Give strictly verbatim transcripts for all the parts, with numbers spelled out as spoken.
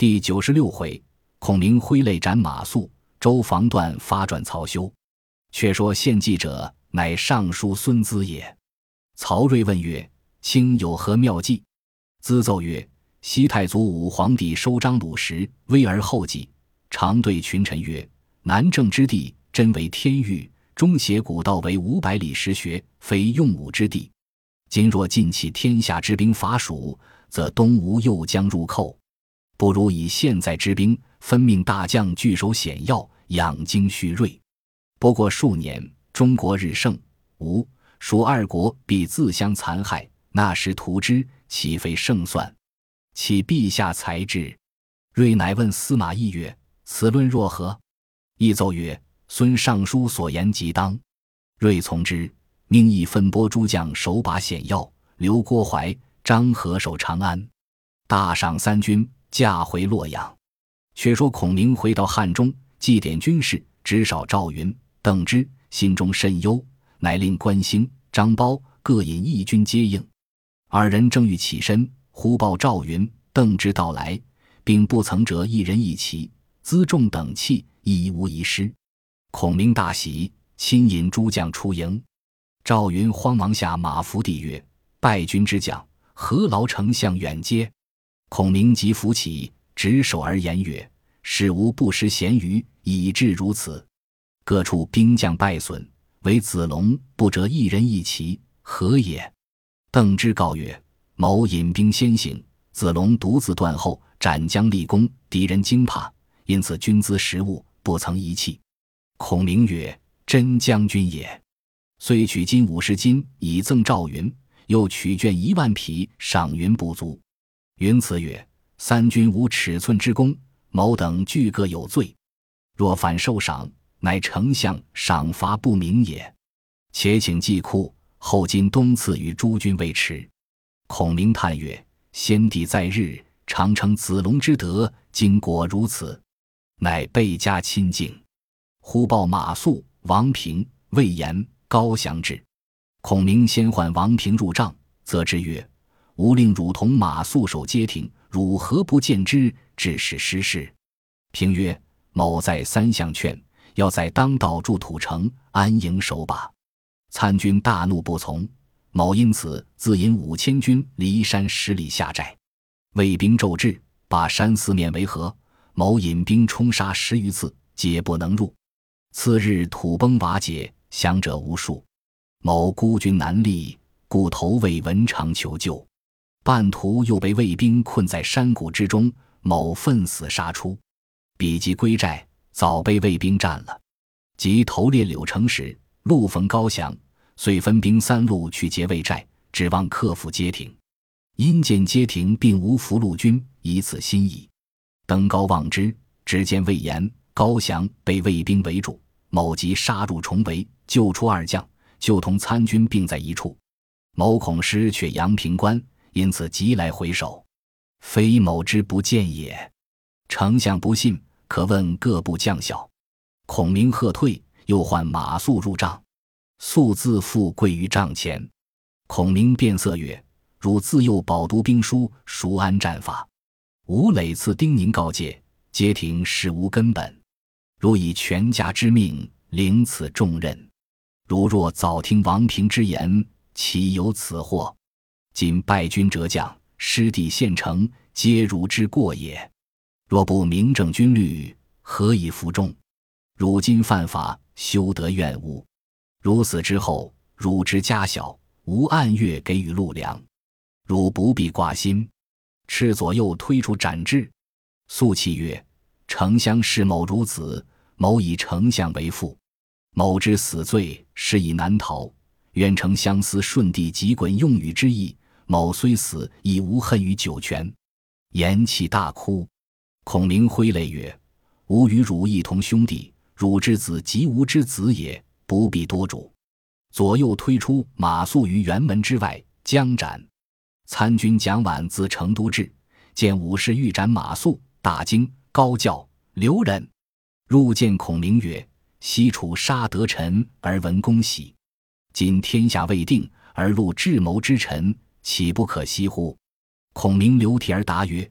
第九十六回，孔明挥泪斩马谡，周防断发转曹休。却说献计者，乃尚书孙资也。曹睿问曰：卿有何妙计？资奏曰：西太祖武皇帝收张鲁时，威而后继，常对群臣曰：南郑之地，真为天域，中邪古道为五百里石穴，非用武之地。今若尽弃天下之兵伐蜀，则东吴又将入寇，不如以现在之兵，分命大将据守险要，养精蓄锐。不过数年，中国日盛，吴、蜀二国必自相残害，那时图之，岂非胜算？启陛下才智。睿乃问司马懿曰：此论若何？懿奏曰：孙尚书所言极当。睿从之，命懿分拨诸将守把险要，留郭淮、张合守长安，大赏三军，驾回洛阳。却说孔明回到汉中，祭典军士，只少赵云、邓芝，心中甚忧，乃令关兴、张苞各引一军接应。二人正欲起身，忽报赵云、邓芝到来，并不曾折一人一骑，辎重等器一无遗失。孔明大喜，亲引诸将出营。赵云慌忙下马伏地曰：败军之将，何劳丞相远接？孔明即扶起，执手而言曰：使无不识咸鱼，以致如此。各处兵将败损，唯子龙不折一人一骑，何也？邓芝告曰：某引兵先行，子龙独自断后，斩将立功，敌人惊怕，因此军资食物不曾遗弃。孔明曰：真将军也。遂取金五十斤以赠赵云，又取绢一万匹赏云不足。云辞曰：三军无尺寸之功，某等俱各有罪，若反受赏，乃丞相赏罚不明也。且请祭库，后今东赐与诸军未迟。孔明叹曰：先帝在日，常承子龙之德，今果如此，乃倍加亲敬。忽报马谡、王平、魏延、高翔至。孔明先唤王平入帐，责之曰：吾令汝同马谡守街亭，汝何不见之，致使失事？平曰：某在三相劝，要在当道筑土城，安营守把。参军大怒不从，某因此自引五千军离山十里下寨。魏兵骤至，把山四面围合，某引兵冲杀十余次，皆不能入。次日土崩瓦解，降者无数。某孤军难立，故投魏文长求救。半途又被魏兵困在山谷之中，某奋死杀出。比及归寨，早被魏兵占了。即投猎柳城时，路逢高翔，遂分兵三路去劫魏寨，指望克服街亭。因见街亭并无俘虏军，以此心疑。登高望之，只见魏延、高翔被魏兵围住，某即杀入重围，救出二将，就同参军并在一处。某恐失却阳平关，因此急来回首，非某之不见也。丞相不信，可问各部将校。孔明喝退，又唤马谡入帐。谡自负跪于帐前。孔明变色曰：汝自幼饱读兵书，熟谙战法，吾累次叮咛告诫，街亭实无根本，如以全家之命领此重任，如若早听王平之言，岂有此祸？今败军折将，失地陷城，皆汝之过也。若不明正军律，何以服众？汝今犯法，休得怨恶。如死之后，汝之家小，无按月给予禄粮，汝不必挂心。赤左右推出斩之。肃气曰：丞相视某如子，某以丞相为父，某之死罪是以难逃，愿丞相思顺帝急滚用语之意，某虽死亦无恨于九泉。言讫大哭。孔明挥泪曰：吾与汝一同兄弟，汝之子即吾之子也，不必多嘱。左右推出马谡于辕门之外，将斩。参军蒋琬自成都至，见武士欲斩马谡，大惊，高叫：留人！入见孔明曰：西楚杀得臣而闻恭喜，今天下未定，而戮智谋之臣，岂不可惜乎？孔明流涕而答曰：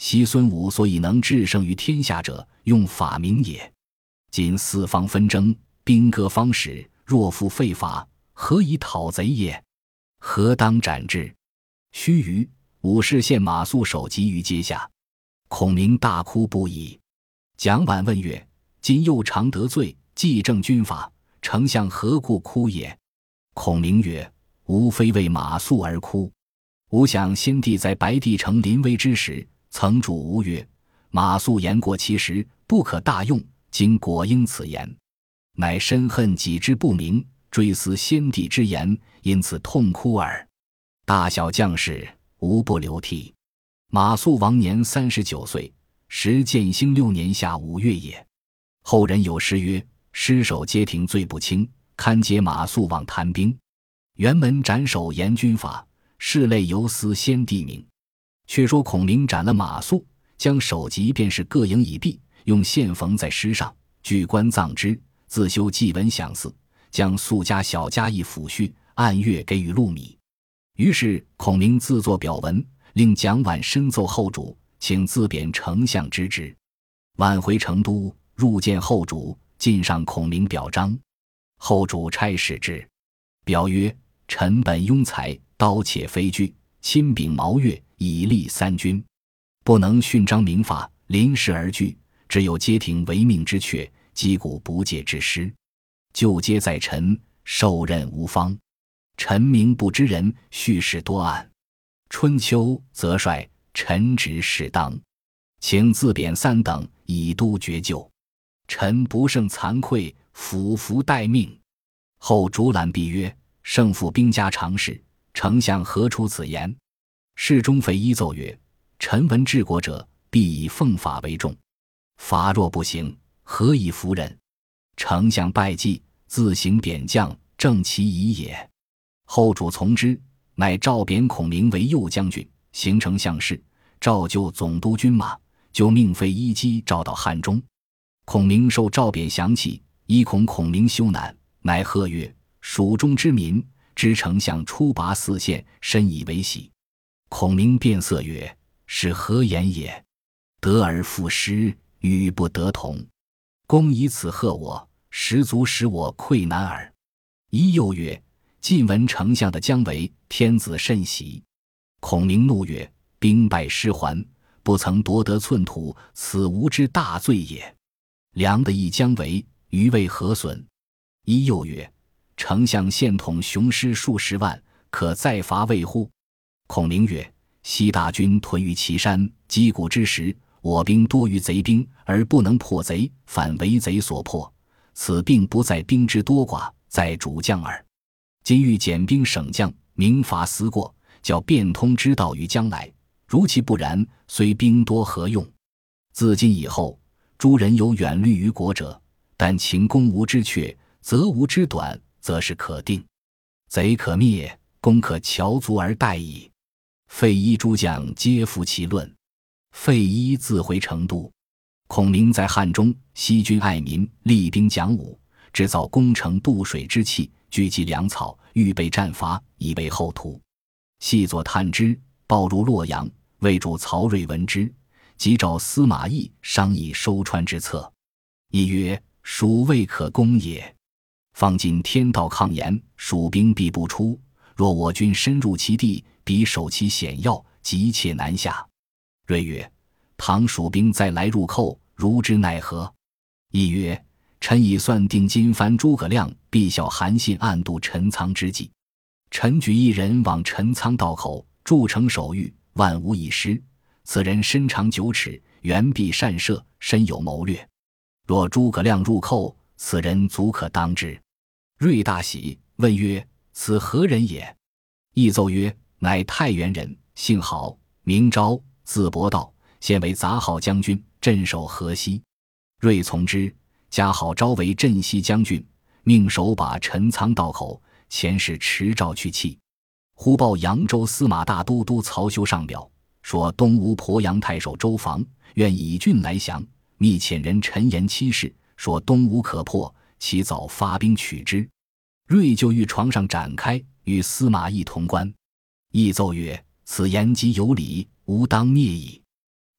昔孙武所以能制胜于天下者，用法明也。今四方纷争，兵各方始，若复废法，何以讨贼也？何当斩之？须臾，武士献马谡首级于阶下。孔明大哭不已。蒋琬问曰：今又常得罪，既正军法，丞相何故哭也？孔明曰：吾非为马谡而哭。吾想先帝在白帝城临危之时，曾嘱吾曰：马谡言过其实，不可大用，今果应此言。乃深恨己之不明，追思先帝之言，因此痛哭耳。大小将士，无不流涕。马谡亡年三十九岁，时建兴六年夏五月也。后人有诗曰：尸首皆庭罪不轻，堪解马谡往谈兵。辕门斩首严军法，室内犹思先帝名。却说孔明斩了马谡，将首级便是各营已毕，用线缝在尸上，举棺葬之，自修祭文享祀，将宿家小家一抚恤，按月给予禄米。于是孔明自作表文，令蒋琬深奏后主，请自贬丞相之职。琬回成都，入见后主，进上孔明表彰。后主差使之，表曰：臣本庸才，刀且非锯，亲秉毛钺，以立三军，不能训章明法，临事而惧，只有街亭违命之阙，击鼓不戒之师。就皆在臣，受任无方。臣名不知人，叙事多暗。春秋则率臣职适当，请自贬三等，以督绝救。臣不胜惭愧，俯伏待命。后主览毕曰：胜负兵家常事，丞相何出此言？侍中肥一奏曰：臣闻治国者，必以奉法为重，法若不行，何以服人？丞相拜祭，自行贬将，正其宜也。后主从之，乃诏贬孔明为右将军，行丞相事，诏就总督军马，就命费一击召到汉中。孔明受诏贬降气，依恐孔明羞赧，乃贺曰：蜀中之民，知丞相出拔四县，深以为喜。孔明变色曰：是何言也？得而复失，语不得同。公以此贺我，实足使我愧难耳。一又曰：近闻丞相的将为，天子甚喜。孔明怒曰：兵败失还，不曾夺得寸土，此吾之大罪也。良的一将为，余为何损？一又曰：丞相现统雄师数十万，可再伐魏乎？孔明曰：西大军屯于岐山，击鼓之时，我兵多于贼兵，而不能破贼，反为贼所破。此并不在兵之多寡，在主将耳。今欲减兵省将，明罚思过，叫变通之道于将来。如其不然，虽兵多何用？自今以后，诸人有远虑于国者，但秦攻吴之阙，则吴之短，则是可定。贼可灭，攻可乔足而待矣。费祎诸将皆服其论。费祎自回成都。孔明在汉中，惜君爱民，厉兵讲武，制造攻城渡水之器，聚集粮草，预备战伐，以为后图。细作探之，报入洛阳。魏主曹睿闻之，即召司马懿商议收川之策。懿曰：蜀未可攻也。放今天道抗严，蜀兵必不出。若我军深入其地，彼守其险要，急切南下。睿曰：倘蜀兵再来入寇，如之奈何？懿曰：臣已算定今番诸葛亮必晓韩信暗度陈仓之计。臣举一人往陈仓道口，筑城守御，万无一失。此人身长九尺，圆臂善射，深有谋略。若诸葛亮入寇，此人足可当之。睿大喜，问曰：此何人也？懿奏曰：乃太原人，姓郝，名昭，字伯道，现为杂号将军，镇守河西。睿从之，加郝昭为镇西将军，命守把陈仓道口，前使持诏去讫。忽报扬州司马大都督曹休上表，说东吴鄱阳太守周防愿以郡来降，密遣人陈言七事，说东吴可破，其早发兵取之。睿就于床上展开，与司马懿同观。懿奏曰：此言极有理，吾当灭矣。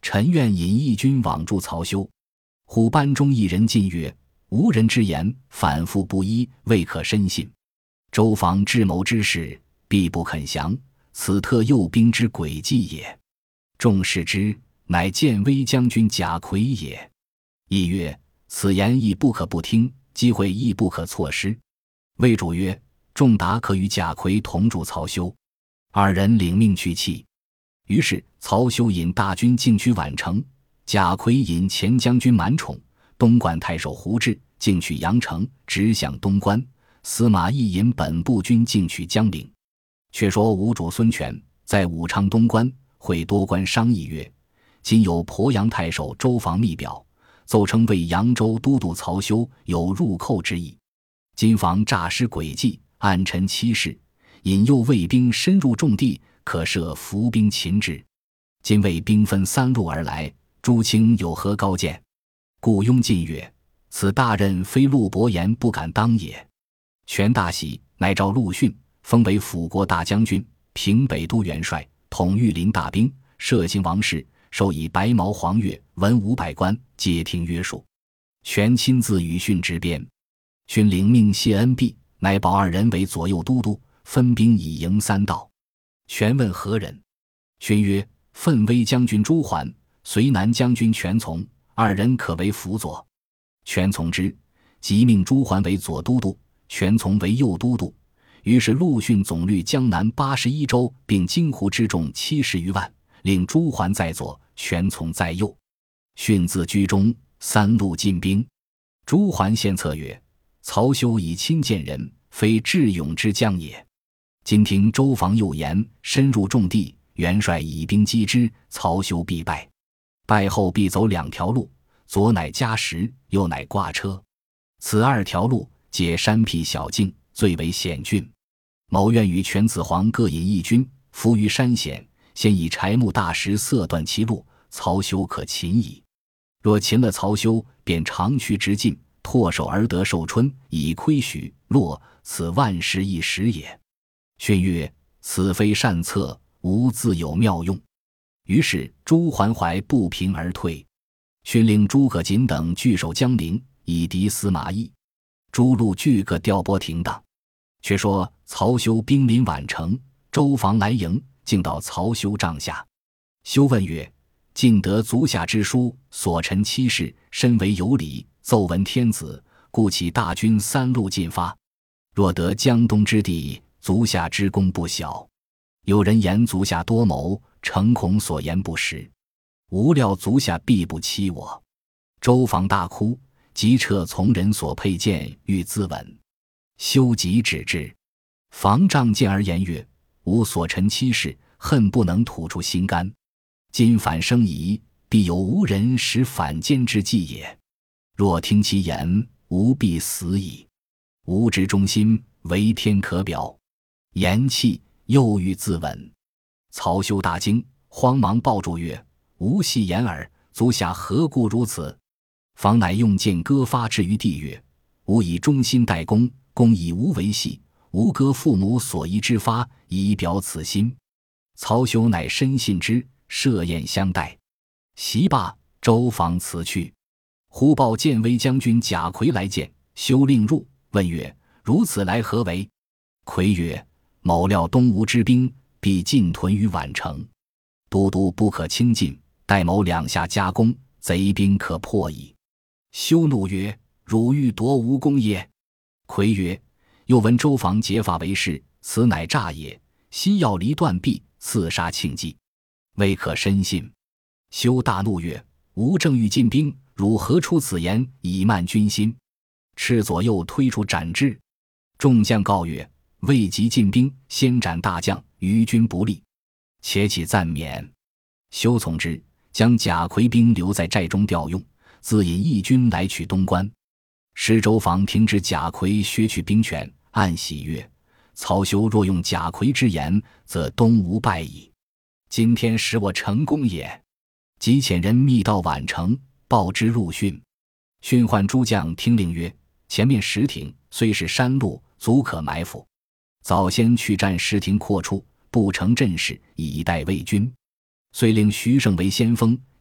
臣愿引义军往助曹休。忽班中一人进曰：吾人之言反复不一，未可深信。周防智谋之事，必不肯降，此特诱兵之诡计也。众视之，乃建威将军贾逵也。亦曰：此言亦不可不听，机会亦不可错失。魏主曰：仲达可与贾逵同助曹休。二人领命去讫。于是曹休引大军进取宛城，贾逵引前将军满宠、东莞太守胡志进取阳城，直向东关。司马懿引本部军进取江陵。却说吴主孙权在武昌东关会多官商议曰：今有鄱阳太守周防密表，奏称为扬州都督曹休有入寇之意。今防诈施诡计，暗陈欺事，引诱魏兵深入重地，可设伏兵擒之。今魏兵分三路而来，诸卿有何高见？顾雍进曰：此大任非陆伯言不敢当也。权大喜，乃召陆逊，封为辅国大将军、平北都元帅，统御林大兵，摄行王事，授以白毛黄钺、文武百官，皆听约束。权亲自与逊执鞭。逊领命谢恩毕，乃保二人为左右都督，分兵以迎三道。权问何人？逊曰：奋威将军朱桓、绥南将军权从，二人可为辅佐。权从之，即命朱桓为左都督，权从为右都督。于是陆逊总率江南八十一州，并荆湖之众七十余万，令朱桓在左，权从在右。逊自居中，三路进兵。朱桓献策曰：曹休以亲见人，非智勇之将也。今听周防诱言，深入重地，元帅以兵击之，曹休必败。败后必走两条路，左乃加石，右乃挂车。此二条路皆山僻小径，最为险峻。某愿与权子黄各引一军，伏于山险，先以柴木大石塞断其路，曹休可擒矣。若擒了曹休，便长驱直进，唾手而得寿春，以窥许洛，此万事一时也。逊曰：此非善策，吾自有妙用。于是朱桓怀不平而退。逊令诸葛瑾等据守江陵，以敌司马懿。诸路俱各调拨停当。却说曹休兵临宛城，周防来迎，竟到曹休帐下。休问曰：晋得足下之书，所陈七事，深为有理，奏闻天子，故起大军三路进发。若得江东之地，足下之功不小。有人言足下多谋，诚恐所言不实。无料足下必不欺我。周防大哭，即撤从人所佩剑，欲自刎。休即止之。防杖见而言曰：吾所陈七事，恨不能吐出心肝。今反生疑，必有无人使反间之计也。若听其言，吾必死矣。吾执忠心，为天可表。言讫，又欲自刎。曹休大惊，慌忙抱住曰：吾戏言耳，足下何故如此？方乃用剑割发置于地曰：吾以忠心待公，公以吾为戏，吾割父母所遗之发，以表此心。曹休乃深信之，设宴相待。席罢，周防辞去。忽报建威将军贾逵来见，休令入，问曰：如此来何为？逵曰：某料东吴之兵必进屯于宛城，都督不可轻进，待某两下夹攻，贼兵可破矣。休怒曰：汝欲夺吴公也？逵曰：又闻周防结发为誓，此乃诈也，悉要离断臂，刺杀庆忌，未可深信。休大怒曰：吾正欲进兵，汝何出此言，以慢军心？斥左右推出斩之。众将告曰：未及进兵，先斩大将，于军不利，且起暂免。休从之，将贾逵兵留在寨中调用，自引义军来取东关。施周防听知贾逵削去兵权，暗喜曰：曹休若用贾逵之言，则东吴败矣。今天使我成功也。即遣人密到宛城，报之陆逊。逊唤诸将听令曰：前面石亭虽是山路，足可埋伏，早先去占石亭阔处，布成阵势，以待魏军。遂令徐盛为先锋，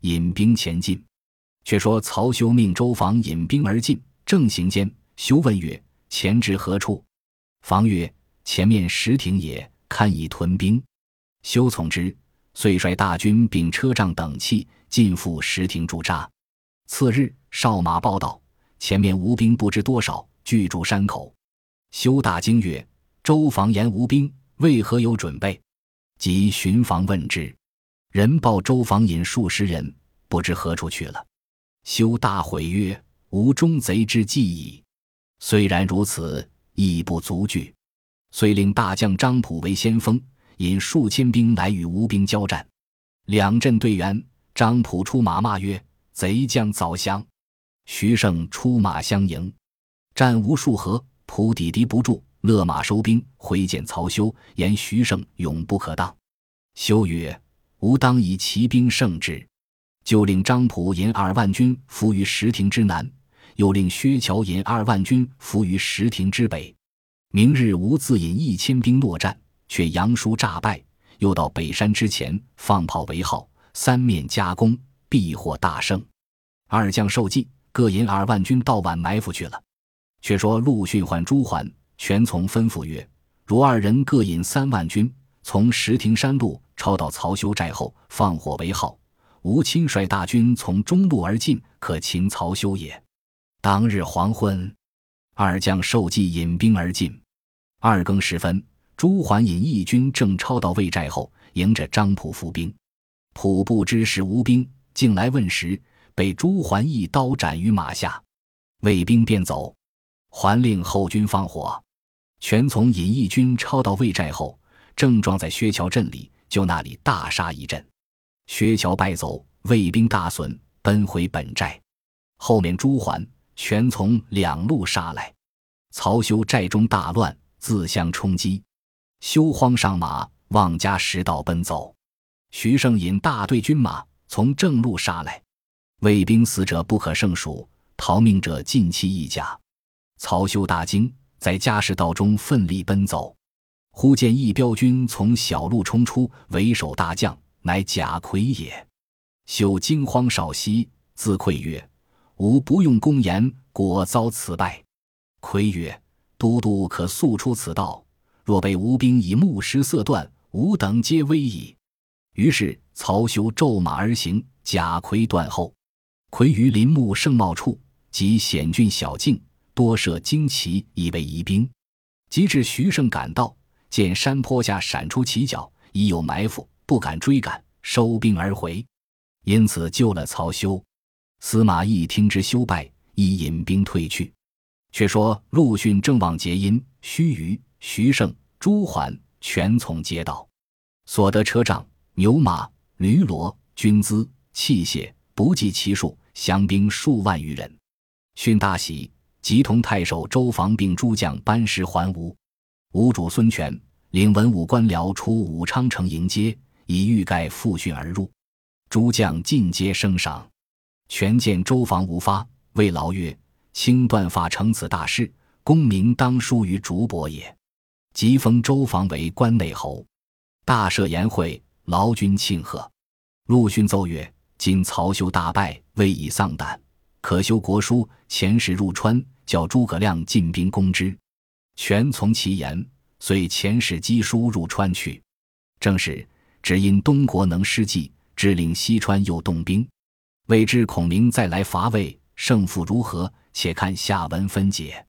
引兵前进。却说曹休命周防引兵而进，正行间，休问曰：前至何处？防曰：前面石亭也，堪以屯兵。休从之，遂率大军并车仗等器进赴石亭驻扎。次日，哨马报道，前面吴兵不知多少，聚驻山口。休大惊曰：周防言吴兵，为何有准备？即巡防问之，人报周防引数十人，不知何处去了。休大悔曰：吾中贼之计矣。虽然如此，亦不足惧。遂令大将张普为先锋，引数千兵来与吴兵交战。两阵对员，张普出马骂曰：贼将早降。徐盛出马相迎，战无数合，普抵敌不住，勒马收兵，回见曹休，言徐盛勇不可当。休曰：吾当以骑兵胜之。就令张普引二万军伏于石亭之南，又令薛乔引二万军伏于石亭之北。明日吾自引一千兵落战，却杨叔诈败，又到北山之前放炮为号，三面夹攻，必获大胜。二将受计，各引二万军到晚埋伏去了。却说陆逊唤朱桓、全从吩咐曰：如二人各引三万军，从石亭山路抄到曹休寨后，放火为号，吾亲率大军从中路而进，可擒曹休也。当日黄昏，二将受计引兵而进。二更时分，朱桓引义军正抄到魏寨后，迎着张普伏兵。普不知是吴兵，进来问时，被朱桓一刀斩于马下。魏兵便走，桓令后军放火。全从引义军抄到魏寨后，正撞在薛桥镇里，就那里大杀一阵。薛桥败走，魏兵大损，奔回本寨。后面朱桓、全从两路杀来，曹休寨中大乱，自相冲击。休慌上马，望家石道奔走。徐盛引大队军马从正路杀来，魏兵死者不可胜数，逃命者尽其一甲。曹休大惊，在家石道中奋力奔走。忽见一彪军从小路冲出，为首大将乃贾逵也。休惊慌少息，自愧曰：吾不用公言，果遭此败。逵曰：都督可速出此道，若被吴兵以木石色断，吾等皆危矣。于是曹休骤马而行，贾逵断后。逵于林木盛茂处及险峻小径，多设旌旗以为疑兵。及至徐盛赶到，见山坡下闪出旗角，已有埋伏，不敢追赶，收兵而回。因此救了曹休。司马懿听之休败，亦引兵退去。却说陆逊正望结阴，须臾，徐盛、朱桓、全从皆到，所得车仗、牛马、驴骡、军资、器械，不计其数，降兵数万余人。逊大喜，即同太守周防并诸将班师还吴。吴主孙权领文武官僚出武昌城迎接，以欲盖复训而入。诸将尽皆升赏。权见周防无发，谓劳曰：卿断发成此大事，功名当殊于主伯也。即封周防为关内侯。大设筵会，劳军庆贺。陆逊奏曰：今曹休大败，未以丧胆，可修国书，遣使入川，叫诸葛亮进兵攻之。权从其言，遂遣使赍书入川去。正是只因东国能施计，致令西川又动兵。未知孔明再来伐魏，胜负如何？且看下文分解。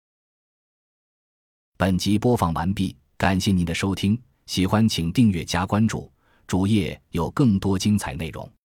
本集播放完毕，感谢您的收听，喜欢请订阅加关注，主页有更多精彩内容。